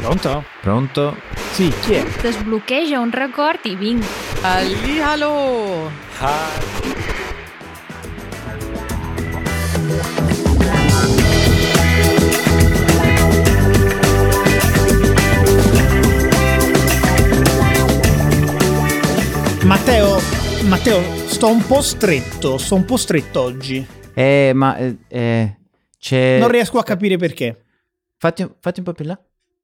Pronto? Pronto? Sì, chi è? Desbloqueja un record i vinc. Hallihallo! Matteo, sto un po' stretto oggi. C'è... Non riesco a capire perché. Fatti un po' più là.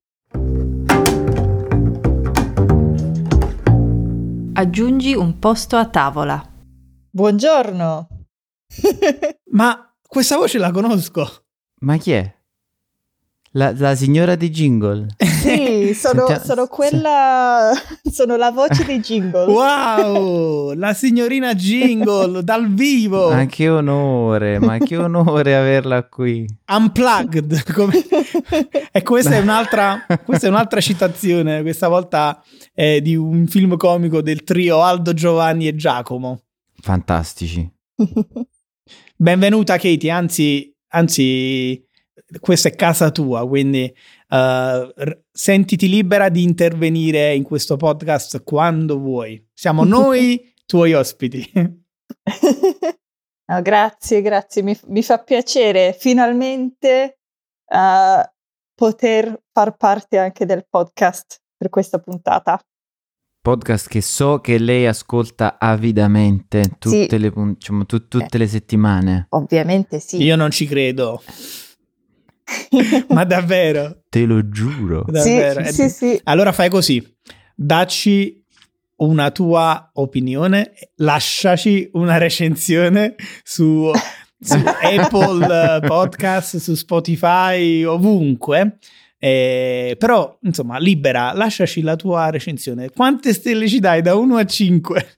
Aggiungi un posto a tavola. Buongiorno. Ma questa voce la conosco. Ma chi è? La signora di Jingle. Sì, sono quella. Sono la voce dei Jingle. Wow, la signorina Jingle dal vivo. Ma che onore averla qui. Unplugged. E questa è un'altra citazione, questa volta è di un film comico del trio Aldo, Giovanni e Giacomo. Fantastici. Benvenuta Katie, anzi questa è casa tua, quindi sentiti libera di intervenire in questo podcast quando vuoi. Siamo noi tuoi ospiti. Oh, grazie, mi fa piacere finalmente poter far parte anche del podcast per questa puntata. Podcast che so che lei ascolta avidamente tutte Sì. tutte le settimane. Ovviamente sì. Io non ci credo. Ma davvero? Te lo giuro. Davvero? Sì. Allora fai così, dacci una tua opinione, lasciaci una recensione su Apple Podcast, su Spotify, ovunque. Però, insomma, libera, lasciaci la tua recensione. Quante stelle ci dai da 1 a 5?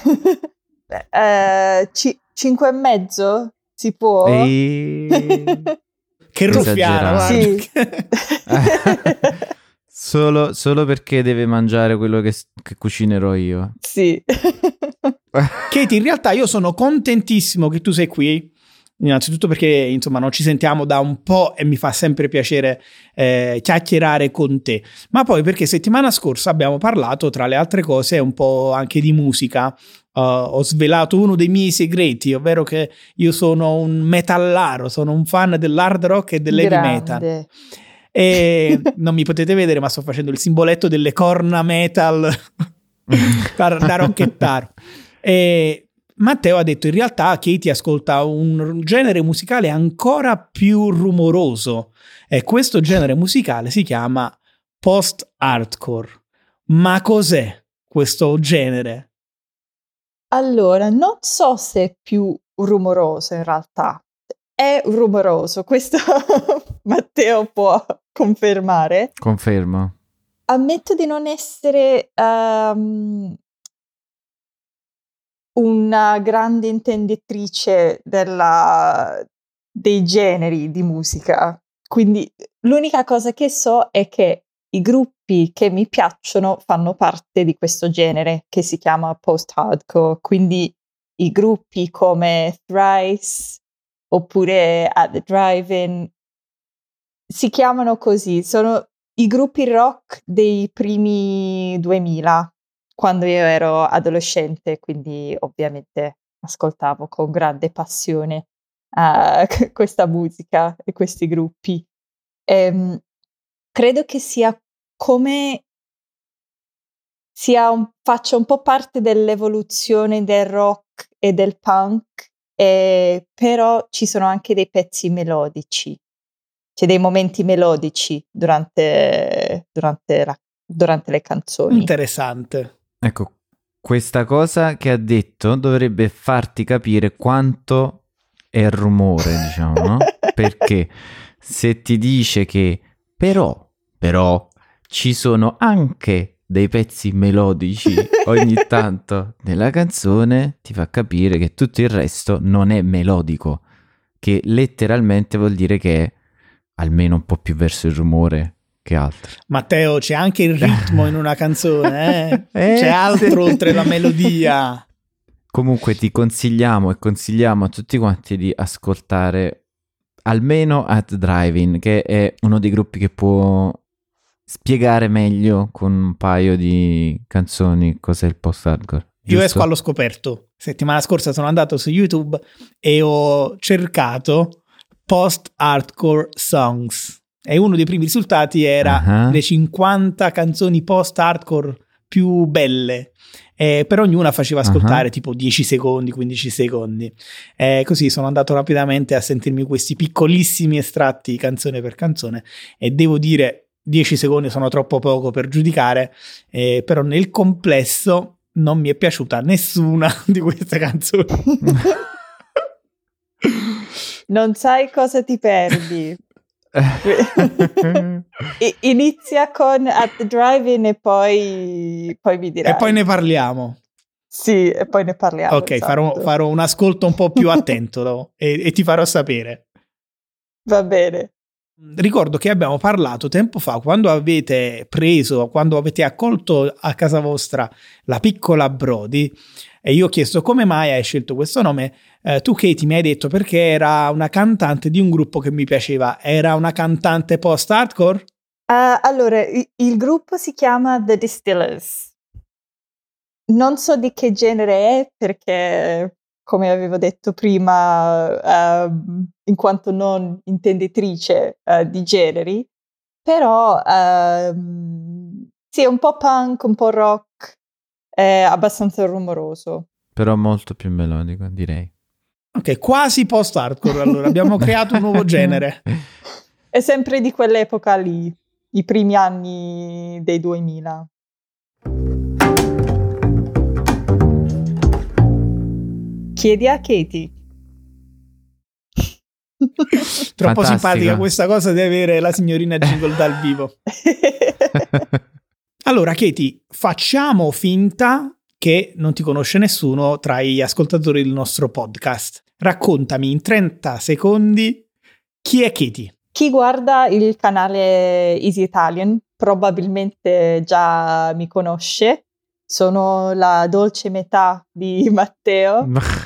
5 e mezzo? Si può? Che ruffiana, sì. Solo perché deve mangiare quello che cucinerò io. Sì. Katie, in realtà io sono contentissimo che tu sei qui, innanzitutto perché insomma non ci sentiamo da un po' e mi fa sempre piacere chiacchierare con te, ma poi perché settimana scorsa abbiamo parlato, tra le altre cose, un po' anche di musica. Ho svelato uno dei miei segreti, ovvero che io sono un metallaro, sono un fan dell'hard rock e dell'heavy metal. E non mi potete vedere, ma sto facendo il simboletto delle corna metal da rocchettaro. E Matteo ha detto in realtà Katie ascolta un genere musicale ancora più rumoroso e questo genere musicale si chiama post-hardcore. Ma cos'è questo genere? Allora, non so se è più rumoroso in realtà. È rumoroso, questo Matteo può confermare. Confermo. Ammetto di non essere una grande intenditrice dei generi di musica, quindi l'unica cosa che so è che i gruppi che mi piacciono fanno parte di questo genere che si chiama post-hardcore, quindi i gruppi come Thrice oppure At the Drive-In si chiamano così, sono i gruppi rock dei primi 2000, quando io ero adolescente, quindi ovviamente ascoltavo con grande passione questa musica e questi gruppi. Credo che faccia un po' parte dell'evoluzione del rock e del punk, però ci sono anche dei pezzi melodici, c'è dei momenti melodici durante le canzoni. Interessante. Ecco, questa cosa che ha detto dovrebbe farti capire quanto è rumore, diciamo, no? Perché se ti dice che però ci sono anche dei pezzi melodici ogni tanto nella canzone, ti fa capire che tutto il resto non è melodico, che letteralmente vuol dire che è almeno un po' più verso il rumore che altro. Matteo, c'è anche il ritmo in una canzone, c'è altro oltre la melodia. Comunque ti consigliamo e consigliamo a tutti quanti di ascoltare almeno At Drive-In, che è uno dei gruppi che può spiegare meglio con un paio di canzoni cos'è il post-hardcore. Io Giusto? esco allo scoperto. Settimana scorsa sono andato su YouTube e ho cercato post-hardcore songs. E uno dei primi risultati era le 50 canzoni post-hardcore più belle. Per ognuna faceva ascoltare tipo 10 secondi, 15 secondi. Così sono andato rapidamente a sentirmi questi piccolissimi estratti canzone per canzone e devo dire 10 secondi sono troppo poco per giudicare, però nel complesso non mi è piaciuta nessuna di queste canzoni. Non sai cosa ti perdi. Inizia con At the Drive-In e poi mi dirai. E poi ne parliamo. Sì, e poi ne parliamo. Ok, esatto. farò un ascolto un po' più attento no? e ti farò sapere. Va bene. Ricordo che abbiamo parlato tempo fa, quando avete accolto a casa vostra la piccola Brody, e io ho chiesto come mai hai scelto questo nome. Tu, Katie, mi hai detto perché era una cantante di un gruppo che mi piaceva. Era una cantante post-hardcore? Allora, il gruppo si chiama The Distillers. Non so di che genere è perché, come avevo detto prima, in quanto non intenditrice di generi, però sì, è un po' punk, un po' rock, è abbastanza rumoroso. Però molto più melodico, direi. Ok, quasi post-hardcore, allora abbiamo creato un nuovo genere. È sempre di quell'epoca lì, i primi anni dei 2000. Chiedi a Katie. Troppo Fantastico. simpatica questa cosa di avere la signorina Jingle dal vivo. Allora, Katie, facciamo finta che non ti conosce nessuno tra gli ascoltatori del nostro podcast. Raccontami in 30 secondi chi è Katie. Chi guarda il canale Easy Italian probabilmente già mi conosce. Sono la dolce metà di Matteo.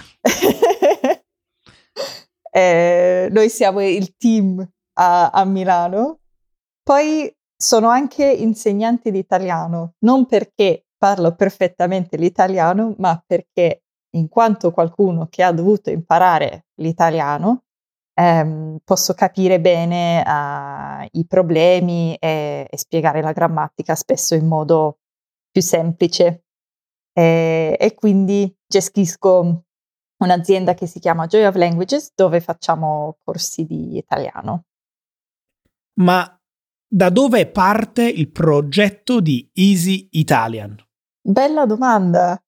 Noi siamo il team a Milano. Poi sono anche insegnante di italiano, non perché parlo perfettamente l'italiano, ma perché in quanto qualcuno che ha dovuto imparare l'italiano, posso capire bene i problemi e spiegare la grammatica spesso in modo più semplice. E quindi gestisco un'azienda che si chiama Joy of Languages, dove facciamo corsi di italiano. Ma da dove parte il progetto di Easy Italian? Bella domanda.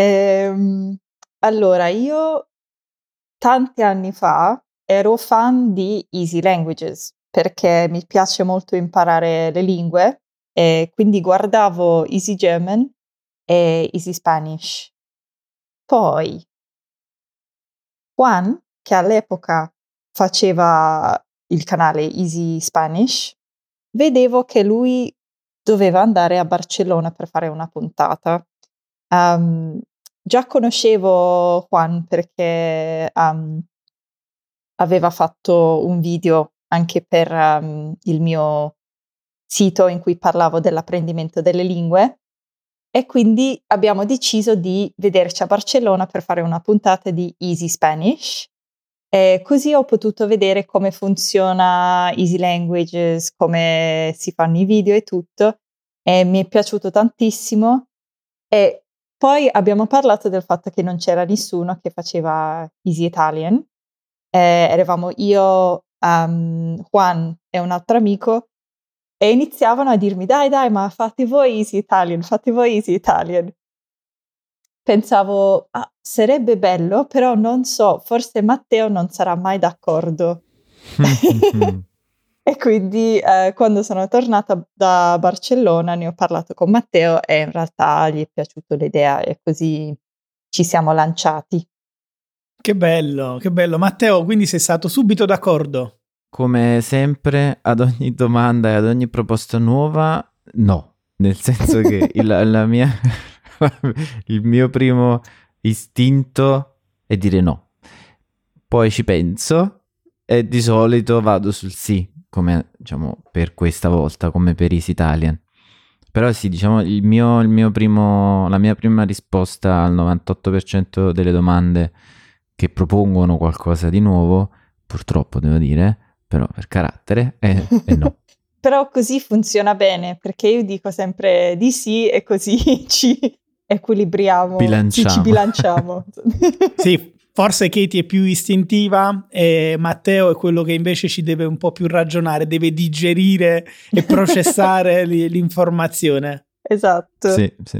Allora, io tanti anni fa ero fan di Easy Languages perché mi piace molto imparare le lingue e quindi guardavo Easy German e Easy Spanish. Poi Juan, che all'epoca faceva il canale Easy Spanish, vedevo che lui doveva andare a Barcellona per fare una puntata. Già conoscevo Juan perché aveva fatto un video anche per il mio sito in cui parlavo dell'apprendimento delle lingue e quindi abbiamo deciso di vederci a Barcellona per fare una puntata di Easy Spanish. E così ho potuto vedere come funziona Easy Languages, come si fanno i video e tutto, e mi è piaciuto tantissimo. E poi abbiamo parlato del fatto che non c'era nessuno che faceva Easy Italian. Eravamo io, Juan e un altro amico, e iniziavano a dirmi dai, ma fate voi Easy Italian, fate voi Easy Italian. Pensavo, sarebbe bello, però non so, forse Matteo non sarà mai d'accordo. E quindi quando sono tornata da Barcellona ne ho parlato con Matteo e in realtà gli è piaciuta l'idea e così ci siamo lanciati. Che bello, che bello. Matteo, quindi sei stato subito d'accordo? Come sempre, ad ogni domanda e ad ogni proposta nuova, no. Nel senso che il mio primo istinto è dire no. Poi ci penso e di solito vado sul sì, come diciamo, per questa volta, come per Easy Italian. Però sì, diciamo, la mia prima risposta al 98% delle domande che propongono qualcosa di nuovo, purtroppo devo dire, però per carattere, è no. Però così funziona bene, perché io dico sempre di sì e così ci equilibriamo, ci bilanciamo. Sì, forse Katie è più istintiva e Matteo è quello che invece ci deve un po' più ragionare, deve digerire e processare l'informazione. Esatto. Sì, sì.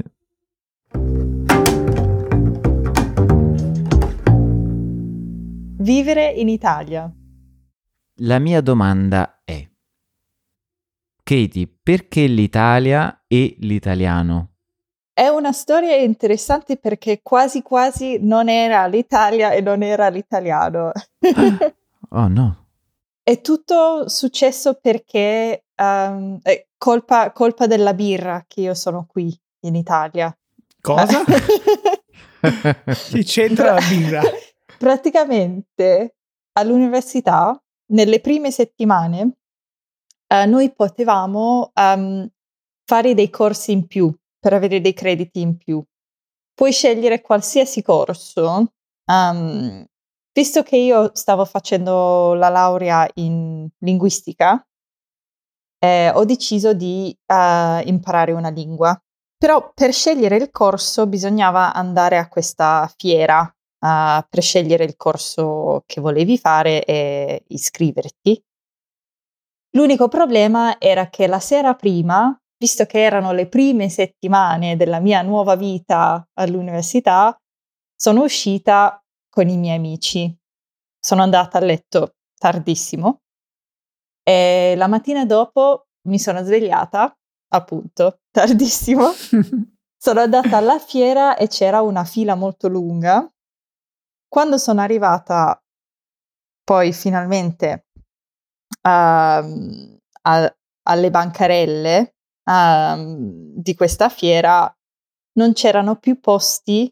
Vivere in Italia. La mia domanda è: Katie, perché l'Italia e l'italiano? È una storia interessante perché quasi quasi non era l'Italia e non era l'italiano. Oh no. È tutto successo perché è colpa della birra che io sono qui in Italia. Cosa? Che c'entra la birra? Praticamente all'università, nelle prime settimane, noi potevamo fare dei corsi in più per avere dei crediti in più. Puoi scegliere qualsiasi corso. Visto che io stavo facendo la laurea in linguistica, ho deciso di imparare una lingua. Però per scegliere il corso bisognava andare a questa fiera per scegliere il corso che volevi fare e iscriverti. L'unico problema era che la sera prima, visto che erano le prime settimane della mia nuova vita all'università, sono uscita con i miei amici. Sono andata a letto tardissimo e la mattina dopo mi sono svegliata, appunto, tardissimo. Sono andata alla fiera e c'era una fila molto lunga. Quando sono arrivata poi finalmente alle bancarelle di questa fiera, non c'erano più posti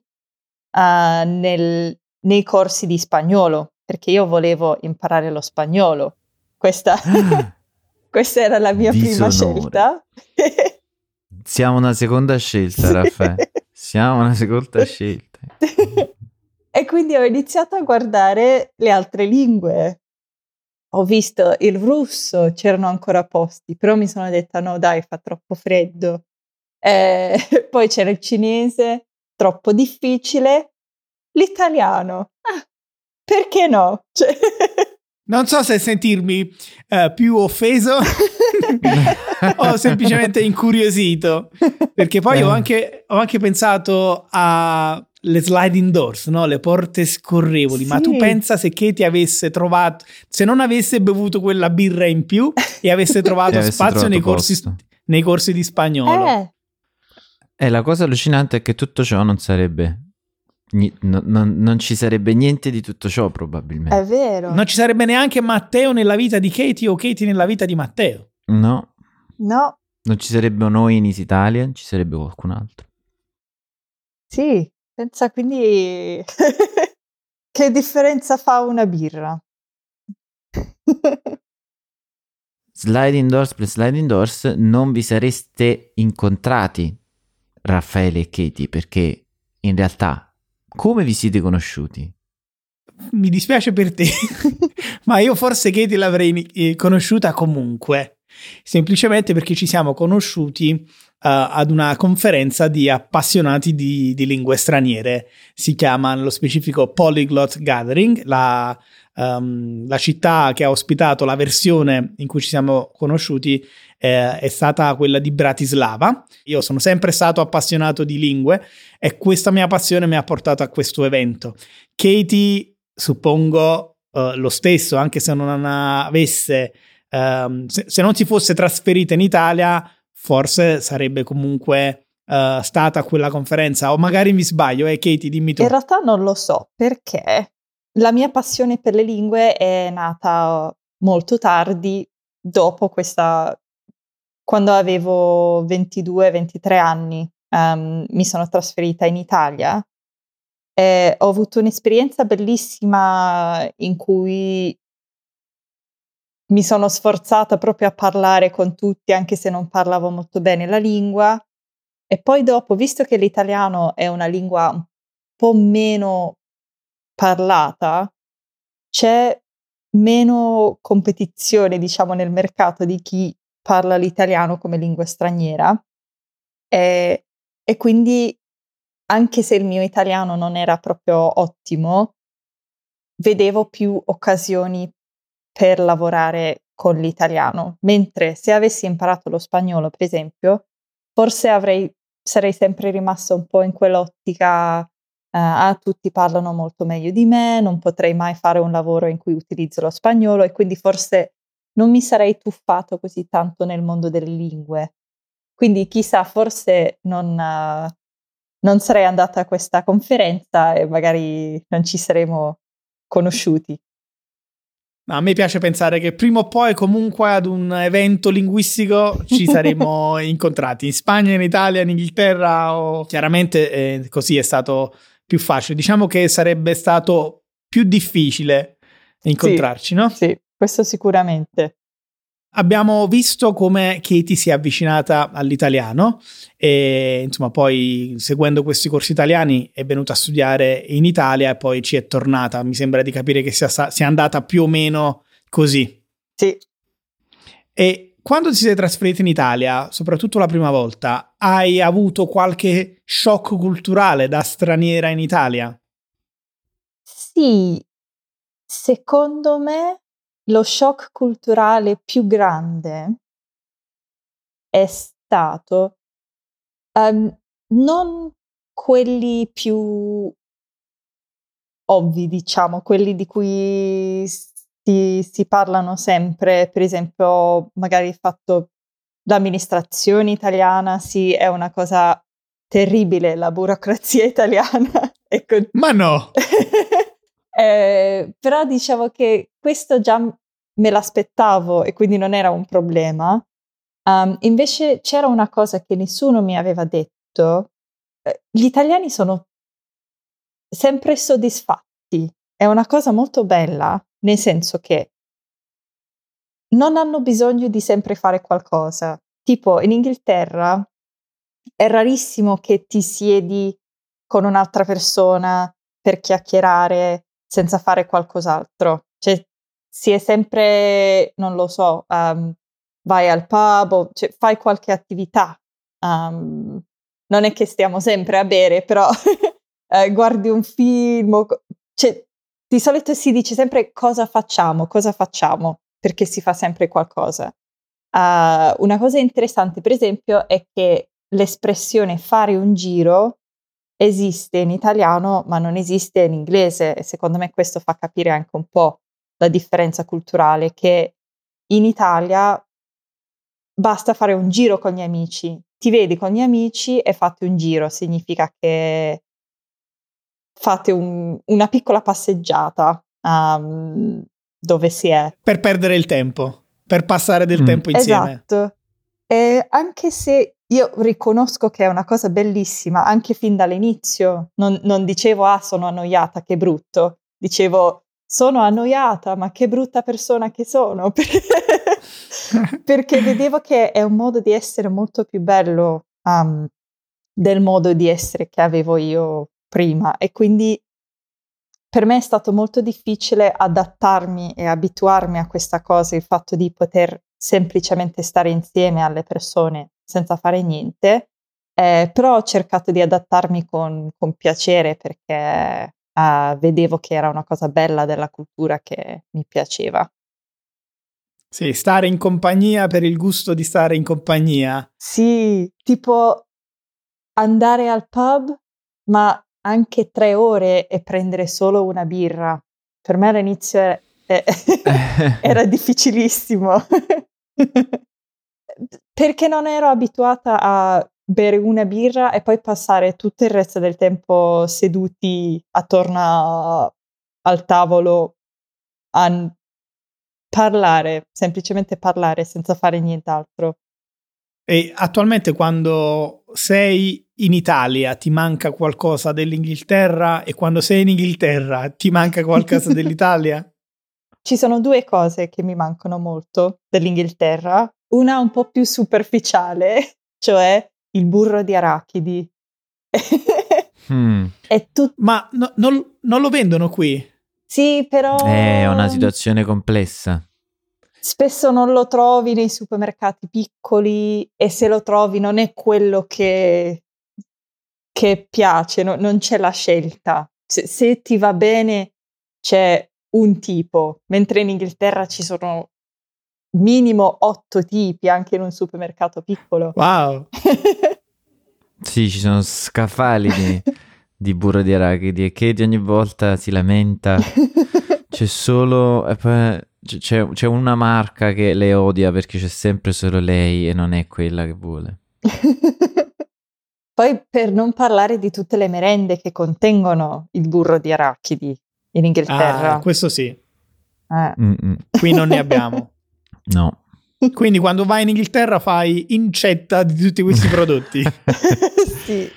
nei corsi di spagnolo, perché io volevo imparare lo spagnolo. Questa era la mia prima scelta. Siamo una seconda scelta, Raffaele. Siamo una seconda scelta. E quindi ho iniziato a guardare le altre lingue. Ho visto il russo, c'erano ancora posti, però mi sono detta no dai, fa troppo freddo. Poi c'era il cinese, troppo difficile. L'italiano, perché no? Cioè... Non so se sentirmi più offeso o semplicemente incuriosito, perché poi ho anche pensato alle sliding doors, no? Le porte scorrevoli. Sì. Ma tu pensa se Katie avesse trovato, se non avesse bevuto quella birra in più e avesse trovato spazio nei corsi di spagnolo. La cosa allucinante è che tutto ciò non sarebbe... Non ci sarebbe niente di tutto ciò, probabilmente. È vero. Non ci sarebbe neanche Matteo nella vita di Katie o Katie nella vita di Matteo. No. Non ci sarebbero noi in Easy Italian, ci sarebbe qualcun altro. Sì, pensa quindi che differenza fa una birra. Sliding doors per sliding doors, non vi sareste incontrati Raffaele e Katie, perché in realtà come vi siete conosciuti? Mi dispiace per te, ma io forse Katie l'avrei conosciuta comunque, semplicemente perché ci siamo conosciuti ad una conferenza di appassionati di lingue straniere. Si chiama nello specifico Polyglot Gathering, la città che ha ospitato la versione in cui ci siamo conosciuti è stata quella di Bratislava. Io sono sempre stato appassionato di lingue e questa mia passione mi ha portato a questo evento. Katie, suppongo lo stesso, anche se non avesse se non si fosse trasferita in Italia, forse sarebbe comunque stata a quella conferenza, o magari mi sbaglio, Katie, dimmi tu. In realtà non lo so, perché la mia passione per le lingue è nata molto tardi, dopo questa, quando avevo 22-23 anni, mi sono trasferita in Italia e ho avuto un'esperienza bellissima in cui mi sono sforzata proprio a parlare con tutti, anche se non parlavo molto bene la lingua. E poi dopo, visto che l'italiano è una lingua un po' meno parlata, c'è meno competizione, diciamo, nel mercato di chi parla l'italiano come lingua straniera. E quindi, anche se il mio italiano non era proprio ottimo, vedevo più occasioni per lavorare con l'italiano, mentre se avessi imparato lo spagnolo, per esempio, forse sarei sempre rimasta un po' in quell'ottica, tutti parlano molto meglio di me, non potrei mai fare un lavoro in cui utilizzo lo spagnolo e quindi forse non mi sarei tuffato così tanto nel mondo delle lingue. Quindi chissà, forse non sarei andata a questa conferenza e magari non ci saremmo conosciuti. A me piace pensare che prima o poi comunque ad un evento linguistico ci saremmo incontrati in Spagna, in Italia, in Inghilterra o chiaramente così è stato più facile. Diciamo che sarebbe stato più difficile incontrarci, no? Sì, questo sicuramente. Abbiamo visto come Katie si è avvicinata all'italiano e insomma poi seguendo questi corsi italiani è venuta a studiare in Italia e poi ci è tornata. Mi sembra di capire che sia andata più o meno così. Sì. E quando ti sei trasferita in Italia, soprattutto la prima volta, hai avuto qualche shock culturale da straniera in Italia? Sì, secondo me lo shock culturale più grande è stato non quelli più ovvi, diciamo, quelli di cui si parlano sempre, per esempio magari il fatto l'amministrazione italiana, sì, è una cosa terribile, la burocrazia italiana. Ecco. Ma no! Però diciamo che questo già me l'aspettavo e quindi non era un problema. Invece c'era una cosa che nessuno mi aveva detto. Gli italiani sono sempre soddisfatti. È una cosa molto bella, nel senso che non hanno bisogno di sempre fare qualcosa. Tipo in Inghilterra è rarissimo che ti siedi con un'altra persona per chiacchierare senza fare qualcos'altro. Cioè, si è sempre, non lo so, vai al pub o fai qualche attività. Non è che stiamo sempre a bere, però guardi un film. Cioè, di solito si dice sempre cosa facciamo, perché si fa sempre qualcosa. Una cosa interessante, per esempio, è che l'espressione fare un giro esiste in italiano, ma non esiste in inglese, e secondo me questo fa capire anche un po' la differenza culturale, che in Italia basta fare un giro con gli amici. Ti vedi con gli amici e fate un giro, significa che fate una piccola passeggiata dove si è. Per perdere il tempo, per passare del tempo insieme. Esatto. E anche se io riconosco che è una cosa bellissima, anche fin dall'inizio, non dicevo sono annoiata, che brutto, dicevo sono annoiata, ma che brutta persona che sono, perché vedevo che è un modo di essere molto più bello del modo di essere che avevo io prima, e quindi per me è stato molto difficile adattarmi e abituarmi a questa cosa, il fatto di poter semplicemente stare insieme alle persone senza fare niente, però ho cercato di adattarmi con piacere, perché vedevo che era una cosa bella della cultura che mi piaceva. Sì, stare in compagnia per il gusto di stare in compagnia. Sì, tipo andare al pub, ma anche 3 ore e prendere solo una birra. Per me all'inizio era difficilissimo. Perché non ero abituata a bere una birra e poi passare tutto il resto del tempo seduti attorno al tavolo a parlare, semplicemente parlare senza fare nient'altro. E attualmente quando sei in Italia ti manca qualcosa dell'Inghilterra e quando sei in Inghilterra ti manca qualcosa dell'Italia? ci sono due cose che mi mancano molto dell'Inghilterra. Una un po' più superficiale, cioè il burro di arachidi. Ma non lo vendono qui? Sì, però... È una situazione complessa. Spesso non lo trovi nei supermercati piccoli e se lo trovi non è quello che piace, non c'è la scelta. Se ti va bene c'è un tipo, mentre in Inghilterra ci sono minimo 8 tipi anche in un supermercato piccolo. Wow! Sì, ci sono scaffali di burro di arachidi e Katie ogni volta si lamenta. C'è solo... C'è una marca che le odia perché c'è sempre solo lei e non è quella che vuole. Poi per non parlare di tutte le merende che contengono il burro di arachidi in Inghilterra. Questo sì. Mm-mm. Qui non ne abbiamo. No. Quindi quando vai in Inghilterra fai incetta di tutti questi prodotti. Sì.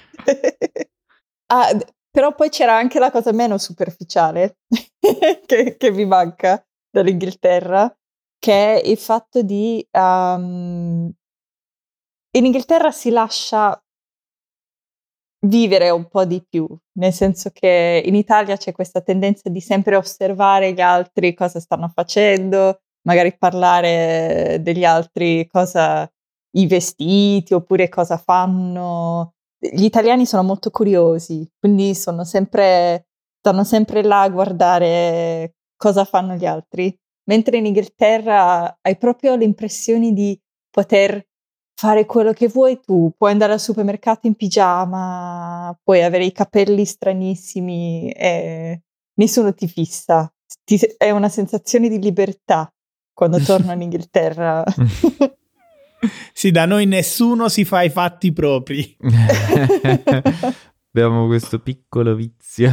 Però poi c'era anche la cosa meno superficiale che mi manca dall'Inghilterra, che è il fatto di... in Inghilterra si lascia vivere un po' di più, nel senso che in Italia c'è questa tendenza di sempre osservare gli altri cosa stanno facendo, magari parlare degli altri, i vestiti oppure cosa fanno. Gli italiani sono molto curiosi, quindi stanno sempre là a guardare cosa fanno gli altri, mentre in Inghilterra hai proprio l'impressione di poter fare quello che vuoi tu, puoi andare al supermercato in pigiama, puoi avere i capelli stranissimi e nessuno ti fissa. È una sensazione di libertà quando torno in Inghilterra. Sì, da noi nessuno si fa i fatti propri. Abbiamo questo piccolo vizio.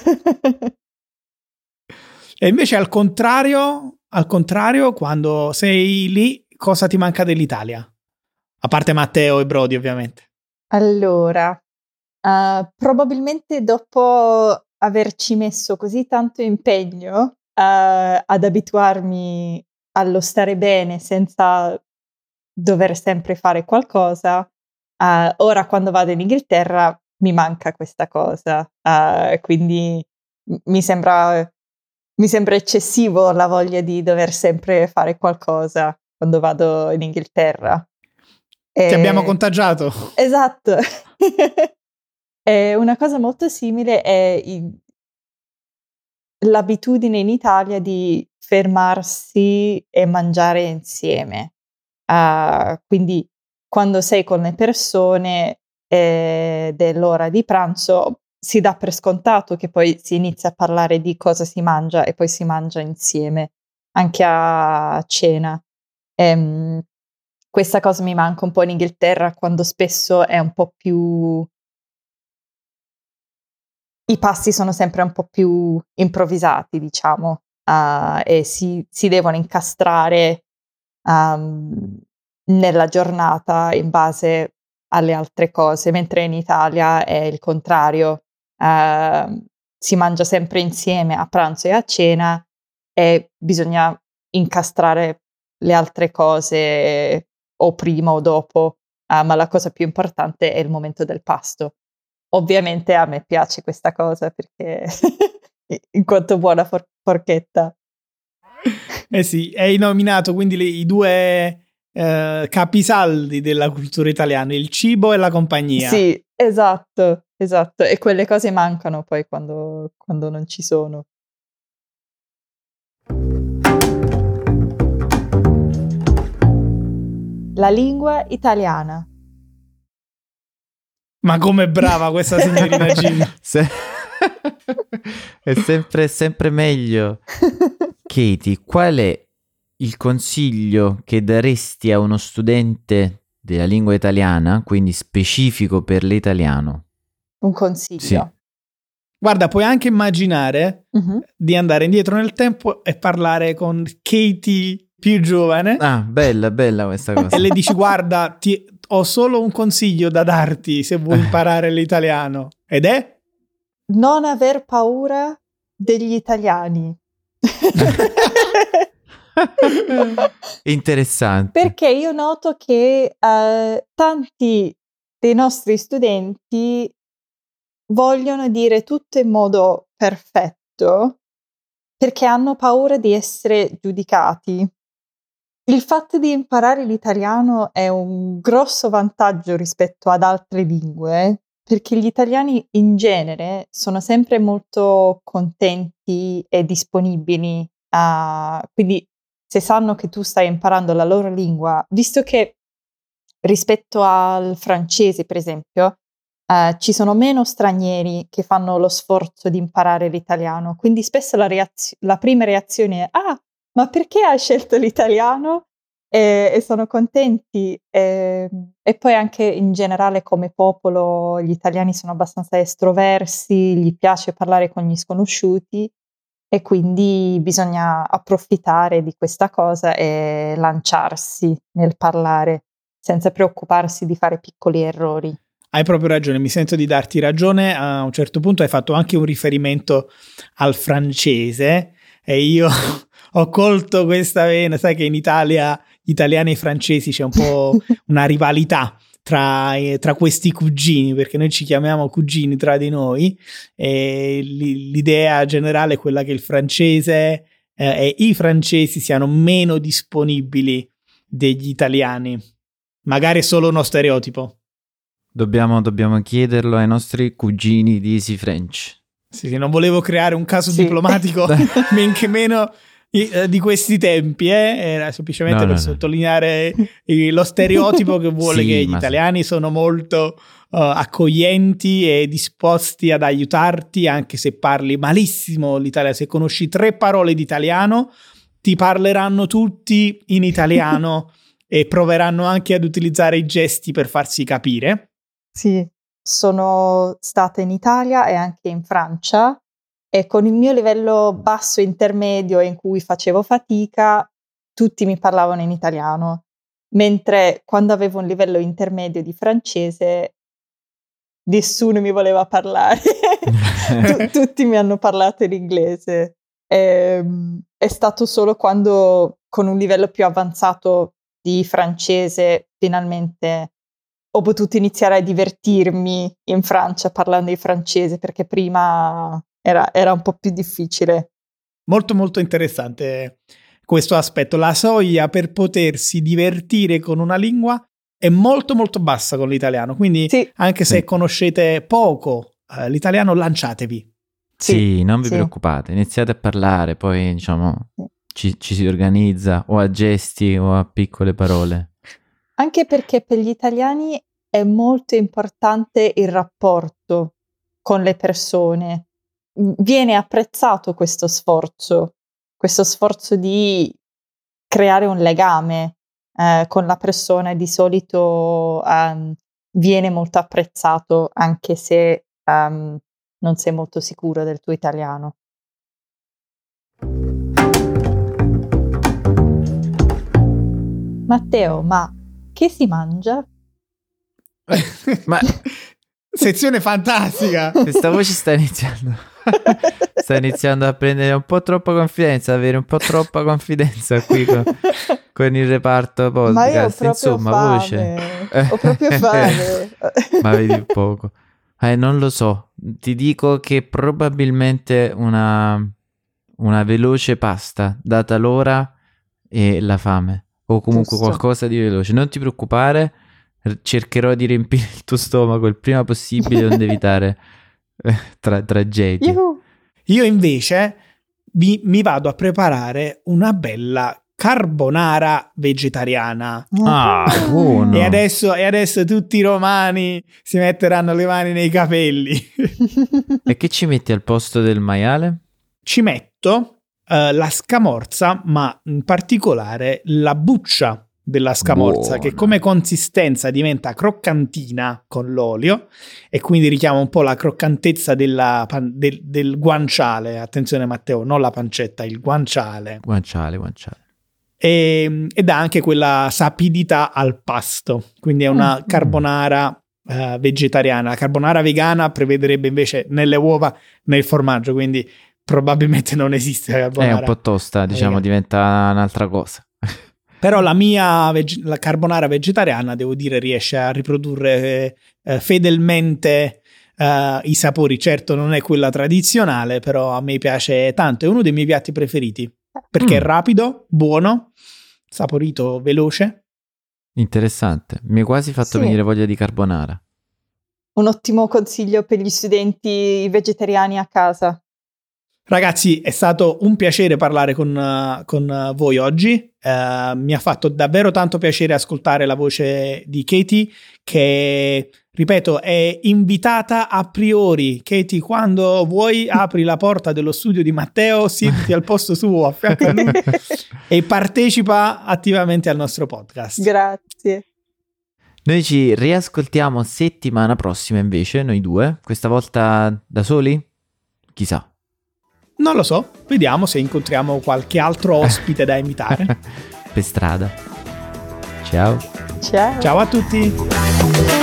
E invece al contrario, quando sei lì, cosa ti manca dell'Italia? A parte Matteo e Brody, ovviamente. Allora, probabilmente dopo averci messo così tanto impegno ad abituarmi allo stare bene senza dover sempre fare qualcosa, ora quando vado in Inghilterra mi manca questa cosa, quindi mi sembra eccessivo la voglia di dover sempre fare qualcosa quando vado in Inghilterra. Ti abbiamo contagiato. Esatto. E una cosa molto simile è l'abitudine in Italia di fermarsi e mangiare insieme. Quindi quando sei con le persone ed è l'ora di pranzo, si dà per scontato che poi si inizia a parlare di cosa si mangia e poi si mangia insieme, anche a cena. Questa cosa mi manca un po' in Inghilterra, quando spesso è un po' più... I pasti sono sempre un po' più improvvisati, diciamo, e si devono incastrare nella giornata in base alle altre cose, mentre in Italia è il contrario. Si mangia sempre insieme a pranzo e a cena e bisogna incastrare le altre cose o prima o dopo, ma la cosa più importante è il momento del pasto. Ovviamente a me piace questa cosa perché in quanto buona forchetta. Eh sì, hai nominato quindi i due capisaldi della cultura italiana, il cibo e la compagnia. Sì, esatto, e quelle cose mancano poi quando non ci sono. La lingua italiana. Ma com'è brava questa signorina Gina. È sempre meglio. Katie, qual è il consiglio che daresti a uno studente della lingua italiana, quindi specifico per l'italiano? Un consiglio? Sì. Guarda, puoi anche immaginare di andare indietro nel tempo e parlare con Katie più giovane. Ah, bella questa cosa. E le dici, guarda, ho solo un consiglio da darti se vuoi imparare l'italiano. Ed è? Non aver paura degli italiani. Interessante. Perché io noto che tanti dei nostri studenti vogliono dire tutto in modo perfetto perché hanno paura di essere giudicati. Il fatto di imparare l'italiano è un grosso vantaggio rispetto ad altre lingue, perché gli italiani in genere sono sempre molto contenti e disponibili. Quindi se sanno che tu stai imparando la loro lingua, visto che rispetto al francese, per esempio, ci sono meno stranieri che fanno lo sforzo di imparare l'italiano, quindi spesso la prima reazione è «Ah, ma perché hai scelto l'italiano?» E sono contenti. E poi anche in generale come popolo gli italiani sono abbastanza estroversi, gli piace parlare con gli sconosciuti e quindi bisogna approfittare di questa cosa e lanciarsi nel parlare senza preoccuparsi di fare piccoli errori. Hai proprio ragione, mi sento di darti ragione. A un certo punto hai fatto anche un riferimento al francese e io ho colto questa vena. Sai che in Italia gli italiani e i francesi c'è un po' una rivalità tra questi cugini, perché noi ci chiamiamo cugini tra di noi, e l'idea generale è quella che il francese e i francesi siano meno disponibili degli italiani. Magari è solo uno stereotipo. Dobbiamo chiederlo ai nostri cugini di Easy French. Sì, non volevo creare un caso diplomatico, men che meno di questi tempi, era semplicemente per sottolineare lo stereotipo che vuole che gli italiani sono molto accoglienti e disposti ad aiutarti, anche se parli malissimo l'italiano. Se conosci 3 parole di italiano, ti parleranno tutti in italiano e proveranno anche ad utilizzare i gesti per farsi capire. Sì, sono stata in Italia e anche in Francia e con il mio livello basso intermedio in cui facevo fatica, tutti mi parlavano in italiano, mentre quando avevo un livello intermedio di francese nessuno mi voleva parlare, tutti mi hanno parlato in inglese. È stato solo quando con un livello più avanzato di francese finalmente ho potuto iniziare a divertirmi in Francia parlando in francese, perché prima era un po' più difficile. Molto molto interessante questo aspetto. La soglia per potersi divertire con una lingua è molto molto bassa con l'italiano, quindi anche se conoscete poco l'italiano, lanciatevi. Sì, non vi preoccupate, iniziate a parlare, poi diciamo ci si organizza o a gesti o a piccole parole. Anche perché per gli italiani è molto importante il rapporto con le persone. Viene apprezzato questo sforzo di creare un legame con la persona, e di solito viene molto apprezzato anche se non sei molto sicuro del tuo italiano. Matteo, ma che si mangia? Ma sezione fantastica! Questa voce sta iniziando a prendere un po' troppa confidenza, avere un po' troppa confidenza qui con il reparto podcast. Ma io ho proprio insomma, fame. voce. Ho proprio fame. Ma vedi poco. Non lo so, ti dico che probabilmente una veloce pasta, data l'ora e la fame, o comunque qualcosa di veloce. Non ti preoccupare, cercherò di riempire il tuo stomaco il prima possibile, onde evitare tragedie. Io invece mi vado a preparare una bella carbonara vegetariana. Buono. E adesso tutti i romani si metteranno le mani nei capelli. E che ci metti al posto del maiale? Ci metto la scamorza, ma in particolare la buccia della scamorza, che come consistenza diventa croccantina con l'olio e quindi richiama un po' la croccantezza del guanciale. Attenzione Matteo, non la pancetta, il guanciale. Guanciale. E dà anche quella sapidità al pasto, quindi è una carbonara vegetariana. La carbonara vegana prevederebbe invece nelle uova, nel formaggio, quindi probabilmente non esiste la carbonara. È un po' tosta, diciamo, diventa un'altra cosa. Però la mia la carbonara vegetariana, devo dire, riesce a riprodurre fedelmente i sapori. Certo non è quella tradizionale, però a me piace tanto, è uno dei miei piatti preferiti, perché è rapido, buono, saporito, veloce. Interessante, mi hai quasi fatto venire voglia di carbonara. Un ottimo consiglio per gli studenti vegetariani a casa. Ragazzi, è stato un piacere parlare con voi oggi. Mi ha fatto davvero tanto piacere ascoltare la voce di Katie, che, ripeto, è invitata a priori. Katie, quando vuoi apri la porta dello studio di Matteo, siediti al posto suo a fianco a lui e partecipa attivamente al nostro podcast. Grazie. Noi ci riascoltiamo settimana prossima invece, noi due, questa volta da soli? Chissà. Non lo so, vediamo se incontriamo qualche altro ospite da invitare. Per strada. Ciao. Ciao. Ciao a tutti.